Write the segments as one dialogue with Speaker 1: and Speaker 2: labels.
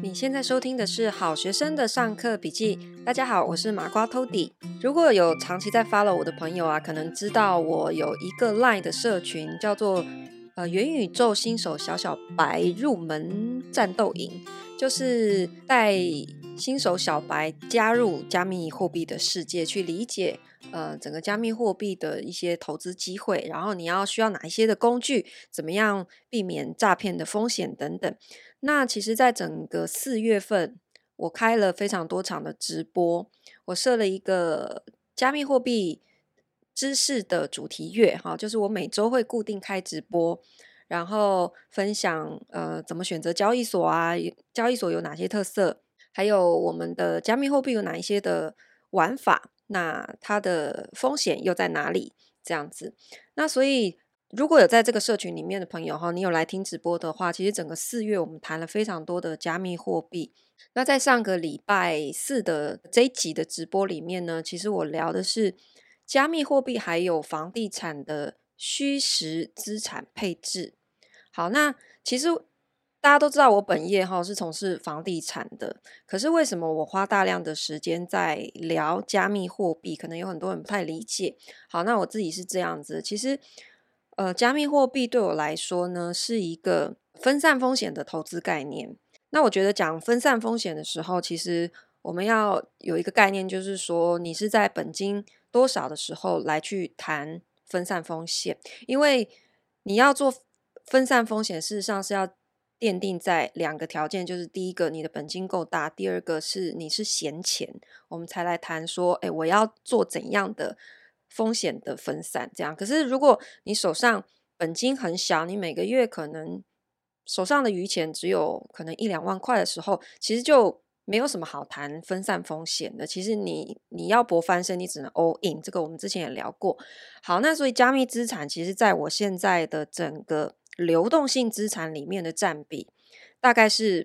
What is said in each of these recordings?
Speaker 1: 你现在收听的是好学生的上课笔记。大家好，我是麻瓜 Tody。如果有长期在 follow 我的朋友啊，可能知道我有一个 LINE 的社群，叫做元宇宙新手小小白入门战斗营，就是带新手小白加入加密货币的世界，去理解整个加密货币的一些投资机会，然后你需要哪一些的工具，怎么样避免诈骗的风险等等。那其实在整个4月份，我开了非常多场的直播，我设了一个加密货币知识的主题月，就是我每周会固定开直播，然后分享怎么选择交易所啊，交易所有哪些特色，还有我们的加密货币有哪一些的玩法，那它的风险又在哪里，这样子。那所以如果有在这个社群里面的朋友你有来听直播的话，其实整个4月我们谈了非常多的加密货币。那在上个礼拜四的这一集的直播里面呢，其实我聊的是加密货币还有房地产的虚实资产配置。好，那其实大家都知道我本业是从事房地产的，可是为什么我花大量的时间在聊加密货币？可能有很多人不太理解。好，那我自己是这样子，其实加密货币对我来说呢，是一个分散风险的投资概念。那我觉得讲分散风险的时候，其实我们要有一个概念，就是说你是在本金多少的时候来去谈分散风险，因为你要做分散风险，事实上是要奠定在2个条件，就是第一个你的本金够大，第二个是你是闲钱，我们才来谈说我要做怎样的风险的分散这样。可是如果你手上本金很小，你每个月可能手上的余钱只有可能1-2万块的时候，其实就没有什么好谈分散风险的。其实你要搏翻身，你只能 all in， 这个我们之前也聊过。好，那所以加密资产其实在我现在的整个流动性资产里面的占比大概是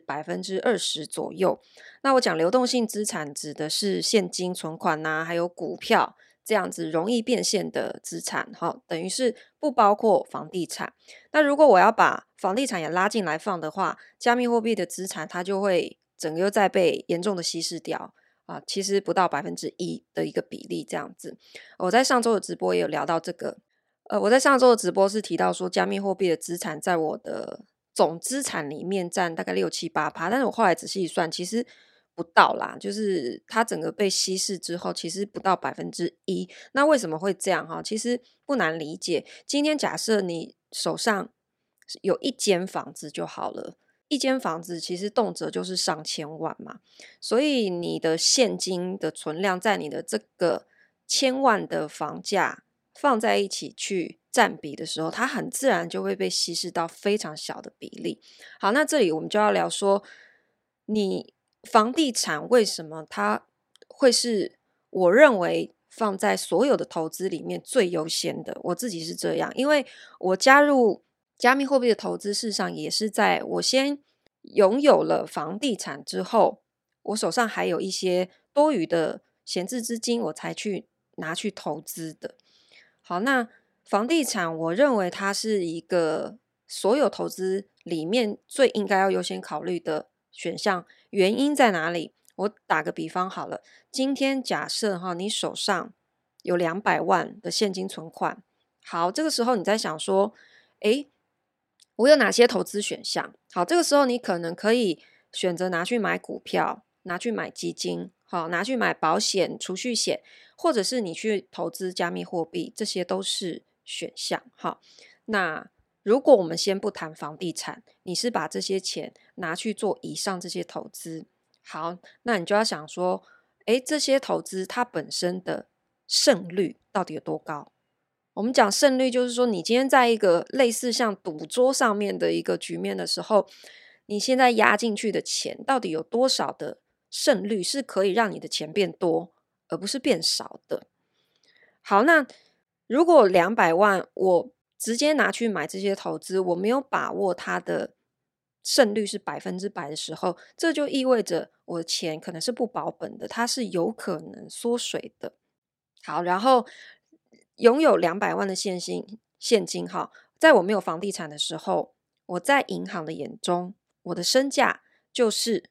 Speaker 1: 20%左右。那我讲流动性资产指的是现金存款啊，还有股票这样子容易变现的资产，等于是不包括房地产。那如果我要把房地产也拉进来放的话，加密货币的资产它就会整个又再被严重的稀释掉啊，其实不到1%的一个比例这样子。我在上周的直播也有聊到这个，我在上周的直播是提到说，加密货币的资产在我的总资产里面占大概6-7-8%，但是我后来仔细一算，其实不到啦，就是它整个被稀释之后，其实不到1%。那为什么会这样其实不难理解。今天假设你手上有1间房子就好了，一间房子其实动辄就是上千万嘛，所以你的现金的存量在你的这个千万的房价放在一起去占比的时候，它很自然就会被稀释到非常小的比例。好，那这里我们就要聊说，你房地产为什么它会是我认为放在所有的投资里面最优先的。我自己是这样，因为我加入加密货币的投资，事实上也是在我先拥有了房地产之后，我手上还有一些多余的闲置资金，我才去拿去投资的。好，那房地产我认为它是一个所有投资里面最应该要优先考虑的选项。原因在哪里？我打个比方好了，今天假设你手上有200万的现金存款，好，这个时候你在想说我有哪些投资选项？好，这个时候你可能可以选择拿去买股票，拿去买基金，好，拿去买保险、储蓄险，或者是你去投资加密货币，这些都是选项。好，那如果我们先不谈房地产，你是把这些钱拿去做以上这些投资，好，那你就要想说，这些投资它本身的胜率到底有多高？我们讲胜率，就是说你今天在一个类似像赌桌上面的一个局面的时候，你现在压进去的钱到底有多少的胜率是可以让你的钱变多，而不是变少的。好，那如果200万我直接拿去买这些投资，我没有把握它的胜率是100%的时候，这就意味着我的钱可能是不保本的，它是有可能缩水的。好，然后拥有200万的现金在我没有房地产的时候，我在银行的眼中，我的身价就是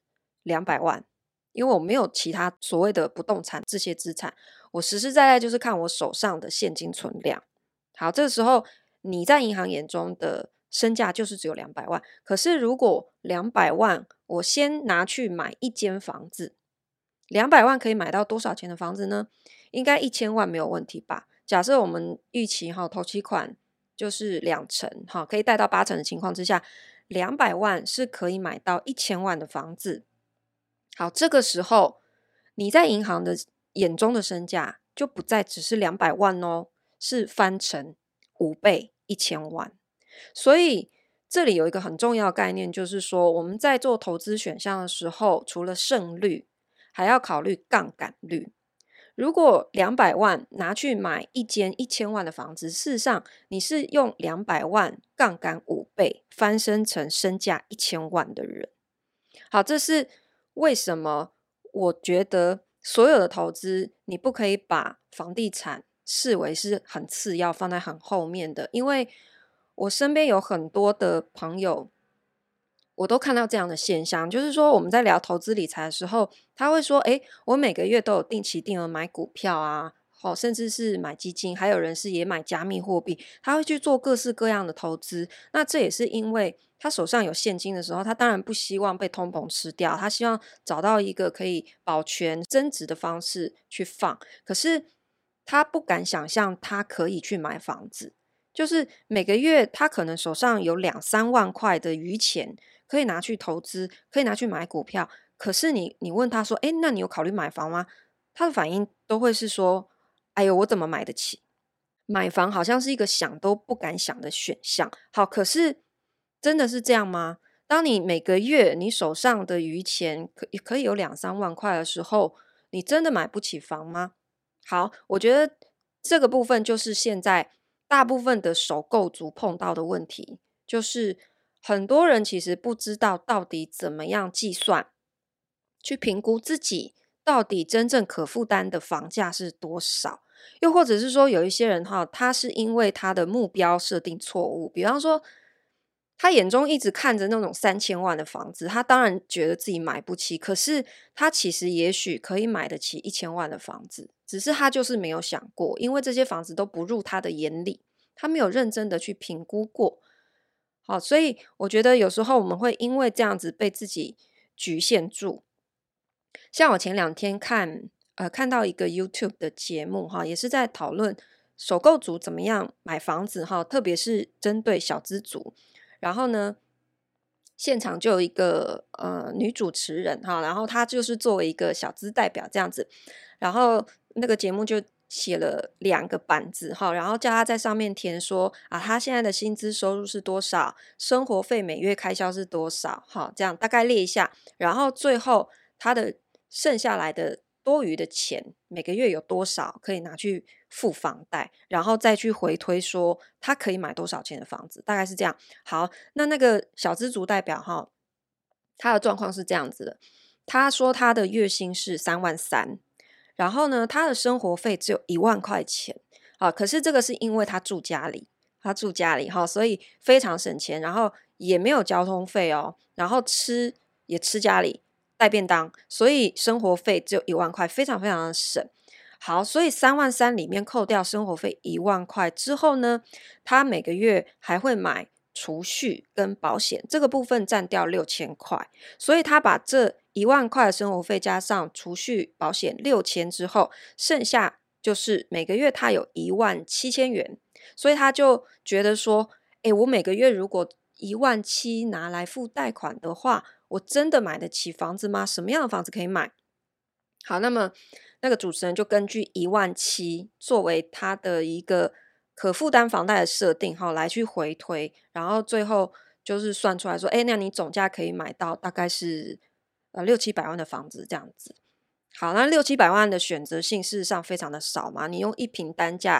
Speaker 1: 200万，因为我没有其他所谓的不动产这些资产，我实实在在就是看我手上的现金存量。好，这个时候你在银行眼中的身价就是只有200万，可是如果200万我先拿去买一间房子，200万可以买到多少钱的房子呢？应该1000万没有问题吧？假设我们预期头期款就是2成，可以贷到8成的情况之下，200万是可以买到1000万的房子。好，这个时候你在银行的眼中的身价就不再只是200万哦，是翻成5倍1000万。所以这里有一个很重要的概念，就是说我们在做投资选项的时候，除了胜率，还要考虑杠杆率。如果200万拿去买一间1000万的房子，事实上你是用200万杠杆5倍翻身成身价1000万的人。好，这是为什么我觉得所有的投资你不可以把房地产视为是很次要放在很后面的，因为我身边有很多的朋友，我都看到这样的现象，就是说我们在聊投资理财的时候，他会说我每个月都有定期定额买股票啊，甚至是买基金，还有人是也买加密货币，他会去做各式各样的投资。那这也是因为他手上有现金的时候，他当然不希望被通膨吃掉，他希望找到一个可以保全增值的方式去放，可是他不敢想象他可以去买房子，就是每个月他可能手上有2-3万块的余钱可以拿去投资，可以拿去买股票，可是你问他说那你有考虑买房吗？他的反应都会是说哎呦我怎么买得起？买房好像是一个想都不敢想的选项。好，可是真的是这样吗？当你每个月你手上的余钱可以有2-3万块的时候，你真的买不起房吗？好，我觉得这个部分就是现在大部分的首购族碰到的问题，就是很多人其实不知道到底怎么样计算，去评估自己到底真正可负担的房价是多少。又或者是说有一些人他是因为他的目标设定错误，比方说他眼中一直看着那种3000万的房子，他当然觉得自己买不起，可是他其实也许可以买得起1000万的房子，只是他就是没有想过，因为这些房子都不入他的眼里，他没有认真的去评估过。好，所以我觉得有时候我们会因为这样子被自己局限住。像我前2天看到一个 YouTube 的节目也是在讨论首购族怎么样买房子特别是针对小资族。然后呢，现场就有一个女主持人然后她就是作为一个小资代表这样子，然后那个节目就写了2个板子然后叫她在上面填说她现在的薪资收入是多少，生活费每月开销是多少这样大概列一下，然后最后她的剩下来的多余的钱每个月有多少可以拿去付房贷，然后再去回推说他可以买多少钱的房子，大概是这样。好，那个小资族代表他的状况是这样子的，他说他的月薪是33000，然后呢他的生活费只有1万块钱可是这个是因为他住家里所以非常省钱，然后也没有交通费然后吃也吃家里带便当，所以生活费只有1万块，非常非常的省。好，所以33000里面扣掉生活费1万块之后呢，他每个月还会买储蓄跟保险，这个部分占掉6000块，所以他把这1万块的生活费加上储蓄保险6000之后，剩下就是每个月他有17000元，所以他就觉得说我每个月如果17000拿来付贷款的话，我真的买得起房子吗？什么样的房子可以买？好，那么那个主持人就根据17000作为他的一个可负担房贷的设定来去回推，然后最后就是算出来说那你总价可以买到大概是600-700万的房子这样子。好，那600-700万的选择性事实上非常的少嘛，你用1坪单价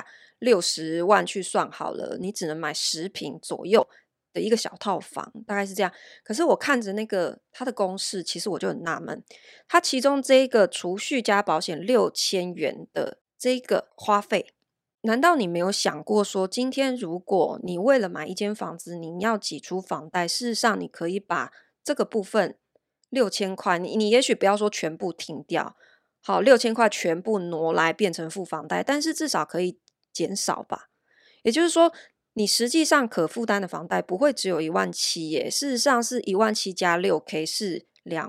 Speaker 1: 60万去算好了，你只能买10坪左右的一个小套房，大概是这样。可是我看着那个他的公式，其实我就很纳闷，他其中这一个储蓄加保险6000元的这个花费，难道你没有想过说，今天如果你为了买一间房子，你要挤出房贷，事实上你可以把这个部分 6000块，你也许不要说全部停掉，好，6000块全部挪来变成付房贷，但是至少可以减少吧。也就是说，你实际上可负担的房贷不会只有17000耶，事实上是17000加6K 是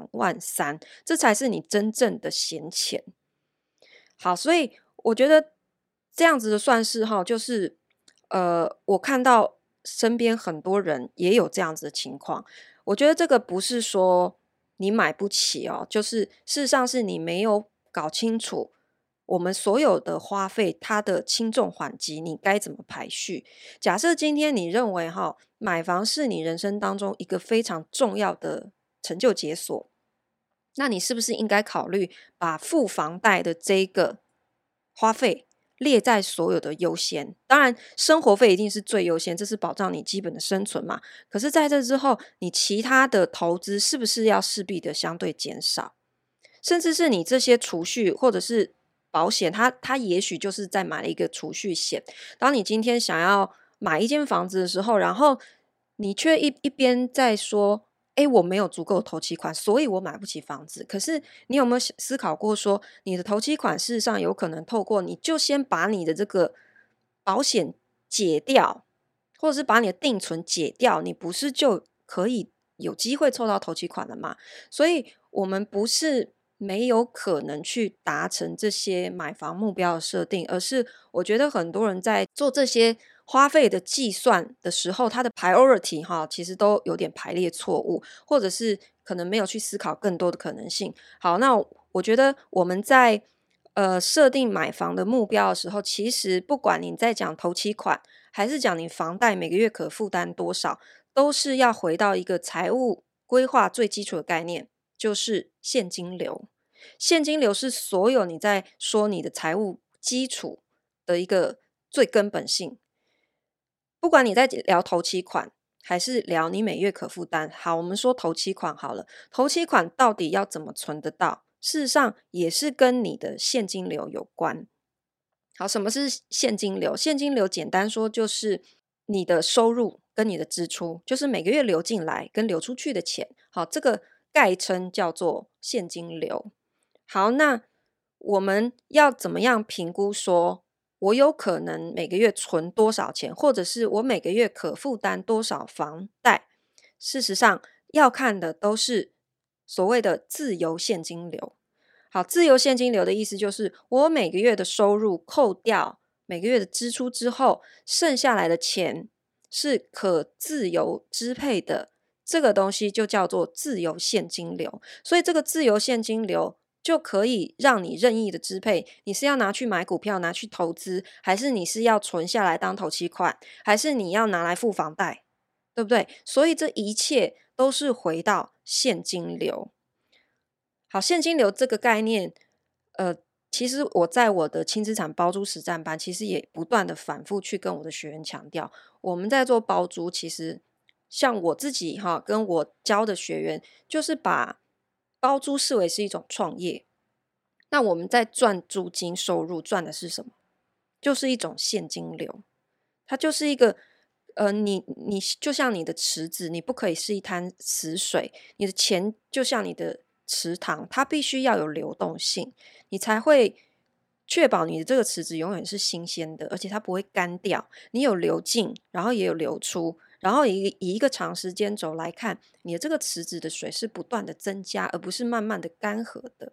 Speaker 1: 23000，这才是你真正的闲钱。好，所以我觉得这样子的算式就是我看到身边很多人也有这样子的情况。我觉得这个不是说你买不起哦，就是事实上是你没有搞清楚我们所有的花费它的轻重缓急，你该怎么排序。假设今天你认为买房是你人生当中一个非常重要的成就解锁，那你是不是应该考虑把付房贷的这个花费列在所有的优先？当然生活费一定是最优先，这是保障你基本的生存嘛。可是在这之后，你其他的投资是不是要势必的相对减少？甚至是你这些储蓄或者是保险，它也许就是在买了一个储蓄险。当你今天想要买一间房子的时候，然后你却一边在说我没有足够的头期款，所以我买不起房子。可是你有没有思考过说，你的头期款事实上有可能透过你就先把你的这个保险解掉，或者是把你的定存解掉，你不是就可以有机会凑到头期款了吗？所以我们不是没有可能去达成这些买房目标的设定，而是我觉得很多人在做这些花费的计算的时候，他的 priority 其实都有点排列错误，或者是可能没有去思考更多的可能性。好，那我觉得我们在设定买房的目标的时候，其实不管你在讲头期款，还是讲你房贷每个月可负担多少，都是要回到一个财务规划最基础的概念，就是现金流。现金流是所有你在说你的财务基础的一个最根本性。不管你在聊头期款，还是聊你每月可负担，好，我们说头期款好了，头期款到底要怎么存得到？事实上也是跟你的现金流有关。好，什么是现金流？现金流简单说就是你的收入跟你的支出，就是每个月流进来跟流出去的钱。好，这个概称叫做现金流。好，那我们要怎么样评估说我有可能每个月存多少钱，或者是我每个月可负担多少房贷？事实上要看的都是所谓的自由现金流。好，自由现金流的意思就是我每个月的收入扣掉每个月的支出之后，剩下来的钱是可自由支配的，这个东西就叫做自由现金流。所以这个自由现金流就可以让你任意的支配，你是要拿去买股票，拿去投资，还是你是要存下来当头期款，还是你要拿来付房贷，对不对？所以这一切都是回到现金流。好，现金流这个概念，其实我在我的轻资产包租实战班，其实也不断的反复去跟我的学员强调，我们在做包租，其实像我自己跟我教的学员，就是把包租视为是一种创业。那我们在赚租金收入，赚的是什么？就是一种现金流，它就是一个你就像你的池子，你不可以是一滩死水，你的钱就像你的池塘，它必须要有流动性，你才会确保你的这个池子永远是新鲜的，而且它不会干掉。你有流进，然后也有流出，然后以一个长时间轴来看，你的这个池子的水是不断的增加，而不是慢慢的干涸的。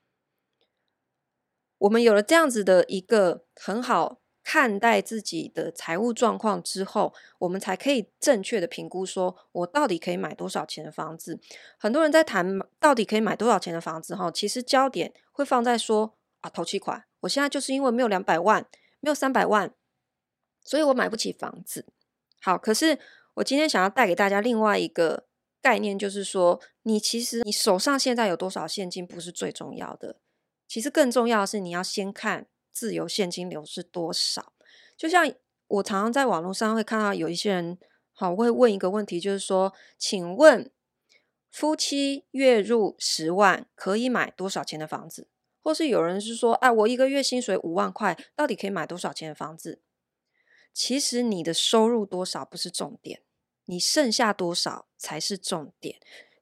Speaker 1: 我们有了这样子的一个很好看待自己的财务状况之后，我们才可以正确的评估说我到底可以买多少钱的房子。很多人在谈到底可以买多少钱的房子其实焦点会放在说头期款，我现在就是因为没有200万，没有300万，所以我买不起房子。好，可是我今天想要带给大家另外一个概念，就是说其实你手上现在有多少现金不是最重要的，其实更重要的是你要先看自由现金流是多少。就像我常常在网络上会看到有一些人会问一个问题，就是说请问夫妻月入10万可以买多少钱的房子？或是有人是说我一个月薪水5万块，到底可以买多少钱的房子？其实你的收入多少不是重点，你剩下多少才是重点。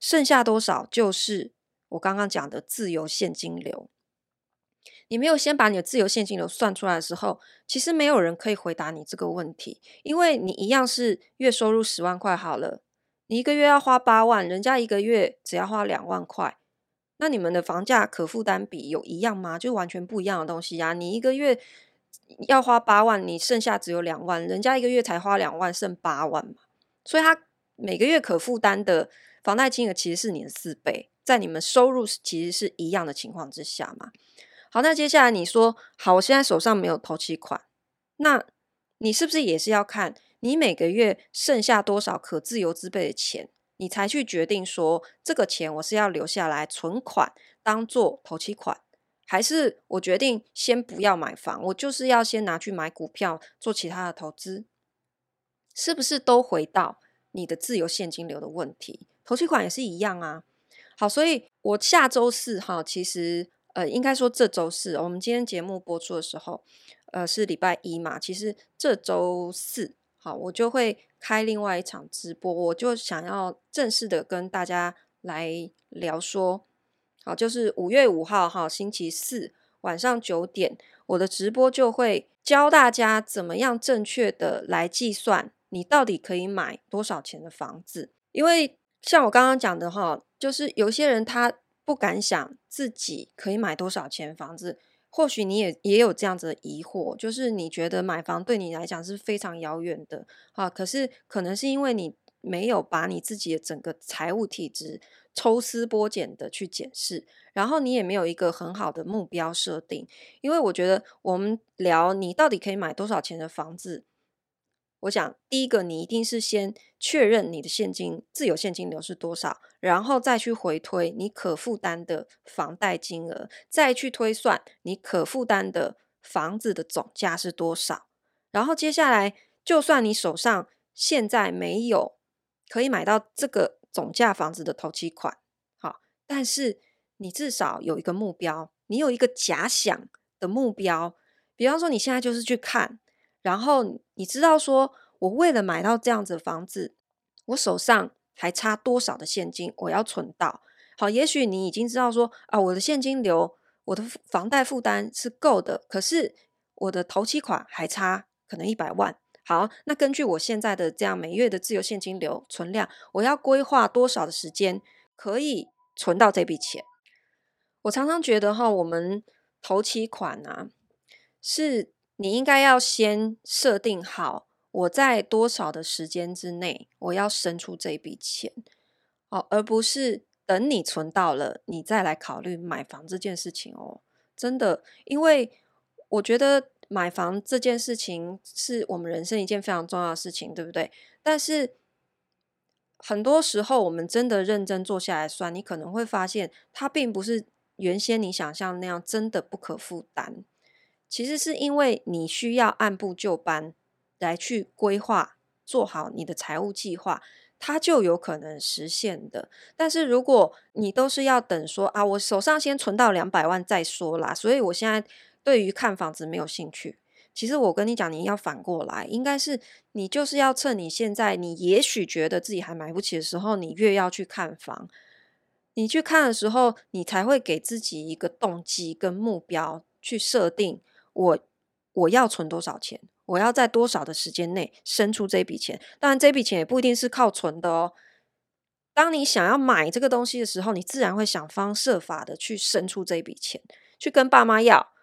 Speaker 1: 剩下多少就是我刚刚讲的自由现金流。你没有先把你的自由现金流算出来的时候，其实没有人可以回答你这个问题，因为你一样是月收入10万块好了，你一个月要花8万，人家一个月只要花2万块，那你们的房价可负担比有一样吗？就完全不一样的东西啊！你一个月要花8万，你剩下只有2万，人家一个月才花2万，剩8万嘛，所以他每个月可负担的房贷金额其实是你的4倍，在你们收入其实是一样的情况之下嘛。好，那接下来你说，好，我现在手上没有头期款，那你是不是也是要看你每个月剩下多少可自由支配的钱，你才去决定说这个钱我是要留下来存款当做头期款，还是我决定先不要买房，我就是要先拿去买股票做其他的投资，是不是都回到你的自由现金流的问题？头期款也是一样啊。好，所以我下周四哈，其实应该说这周四，我们今天节目播出的时候，是礼拜一嘛，其实这周四，好，我就会开另外一场直播，我就想要正式的跟大家来聊说，好，就是5月5号哈，星期四晚上9点，我的直播就会教大家怎么样正确的来计算你到底可以买多少钱的房子，因为像我刚刚讲的哈，就是有些人他不敢想自己可以买多少钱房子，或许你也有这样子的疑惑，就是你觉得买房对你来讲是非常遥远的，可是可能是因为你没有把你自己的整个财务体质抽丝剥茧的去检视，然后你也没有一个很好的目标设定，因为我觉得我们聊你到底可以买多少钱的房子，我想第一个你一定是先确认你的自由现金流是多少，然后再去回推你可负担的房贷金额，再去推算你可负担的房子的总价是多少。然后接下来就算你手上现在没有可以买到这个总价房子的头期款，好，但是你至少有一个目标，你有一个假想的目标，比方说你现在就是去看，然后你知道说我为了买到这样子的房子，我手上还差多少的现金我要存到。好，也许你已经知道说啊，我的现金流，我的房贷负担是够的，可是我的头期款还差可能100万。好，那根据我现在的这样每月的自由现金流存量，我要规划多少的时间可以存到这笔钱？我常常觉得哈，我们头期款啊，是你应该要先设定好，我在多少的时间之内，我要生出这笔钱，而不是等你存到了，你再来考虑买房这件事情哦。真的，因为我觉得买房这件事情是我们人生一件非常重要的事情，对不对？但是很多时候，我们真的认真坐下来算，你可能会发现，它并不是原先你想象那样真的不可负担。其实是因为你需要按部就班来去规划，做好你的财务计划，它就有可能实现的。但是如果你都是要等说啊，我手上先存到200万再说啦，所以我现在对于看房子没有兴趣。其实我跟你讲，你要反过来，应该是你就是要趁你现在你也许觉得自己还买不起的时候，你越要去看房。你去看的时候，你才会给自己一个动机跟目标去设定我要存多少钱，我要在多少的时间内生出这笔钱。当然，这笔钱也不一定是靠存的哦。当你想要买这个东西的时候，你自然会想方设法的去生出这笔钱，去跟爸妈要，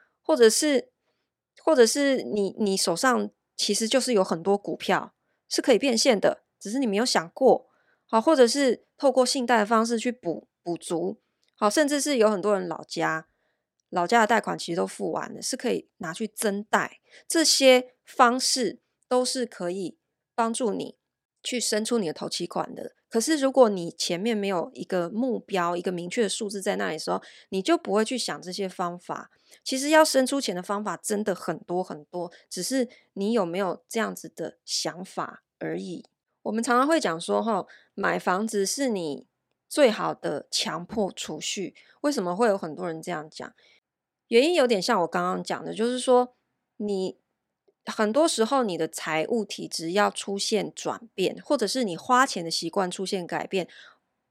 Speaker 1: 或者是你手上其实就是有很多股票是可以变现的，只是你没有想过。好，或者是透过信贷的方式去补足。好，甚至是有很多人老家的贷款其实都付完了，是可以拿去增贷。这些方式都是可以帮助你去生出你的头期款的。可是如果你前面没有一个目标，一个明确的数字在那里的时候，你就不会去想这些方法。其实要生出钱的方法真的很多很多，只是你有没有这样子的想法而已。我们常常会讲说买房子是你最好的强迫储蓄。为什么会有很多人这样讲？原因有点像我刚刚讲的，就是说你很多时候你的财务体质要出现转变，或者是你花钱的习惯出现改变，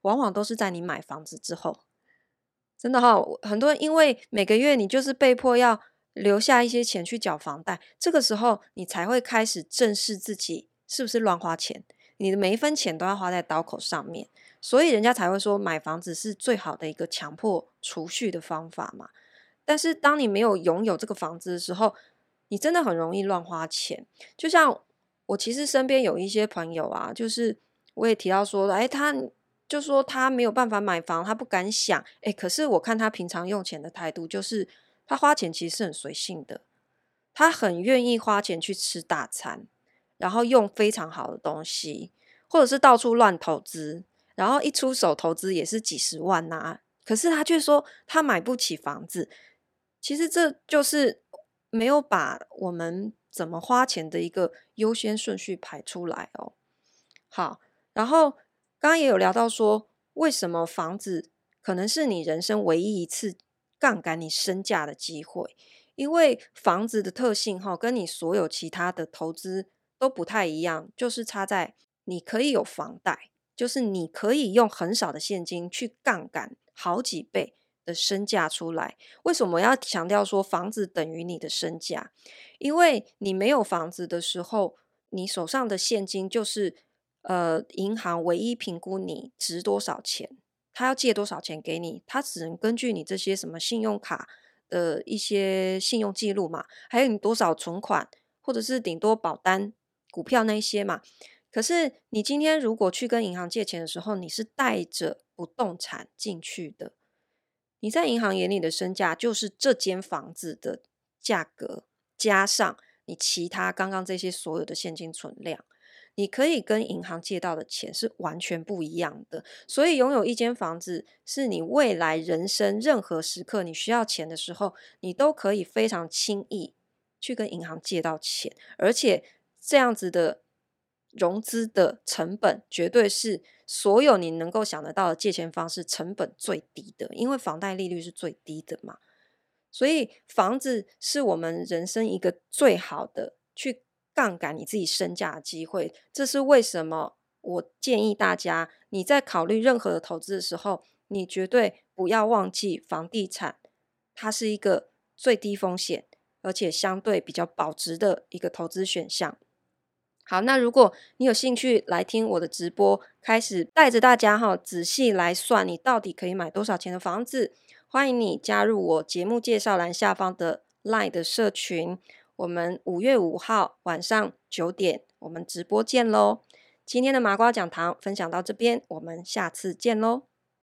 Speaker 1: 往往都是在你买房子之后。真的很多人因为每个月你就是被迫要留下一些钱去缴房贷，这个时候你才会开始正视自己是不是乱花钱，你的每一分钱都要花在刀口上面，所以人家才会说买房子是最好的一个强迫储蓄的方法嘛。但是当你没有拥有这个房子的时候，你真的很容易乱花钱。就像我其实身边有一些朋友啊，就是我也提到说，他就说他没有办法买房，他不敢想，可是我看他平常用钱的态度，就是他花钱其实是很随性的，他很愿意花钱去吃大餐，然后用非常好的东西，或者是到处乱投资，然后一出手投资也是几十万啊，可是他却说他买不起房子。其实这就是没有把我们怎么花钱的一个优先顺序排出来哦。好，然后刚刚也有聊到说，为什么房子可能是你人生唯一一次杠杆你身价的机会？因为房子的特性跟你所有其他的投资都不太一样，就是差在你可以有房贷，就是你可以用很少的现金去杠杆好几倍的身价出来。为什么要强调说房子等于你的身价？因为你没有房子的时候，你手上的现金就是银行唯一评估你值多少钱，他要借多少钱给你，他只能根据你这些什么信用卡的一些信用记录嘛，还有你多少存款，或者是顶多保单、股票那一些嘛。可是你今天如果去跟银行借钱的时候，你是带着不动产进去的，你在银行眼里的身价就是这间房子的价格，加上你其他刚刚这些所有的现金存量，你可以跟银行借到的钱是完全不一样的。所以拥有一间房子是你未来人生任何时刻你需要钱的时候，你都可以非常轻易去跟银行借到钱，而且这样子的融资的成本绝对是所有你能够想得到的借钱方式成本最低的，因为房贷利率是最低的嘛。所以房子是我们人生一个最好的去杠杆你自己身价的机会，这是为什么我建议大家你在考虑任何的投资的时候，你绝对不要忘记房地产，它是一个最低风险而且相对比较保值的一个投资选项。好，那如果你有兴趣来听我的直播，开始带着大家仔细来算你到底可以买多少钱的房子，欢迎你加入我节目介绍栏下方的 LINE 的社群，我们5月5号晚上9点我们直播见咯。今天的麻瓜讲堂分享到这边，我们下次见咯。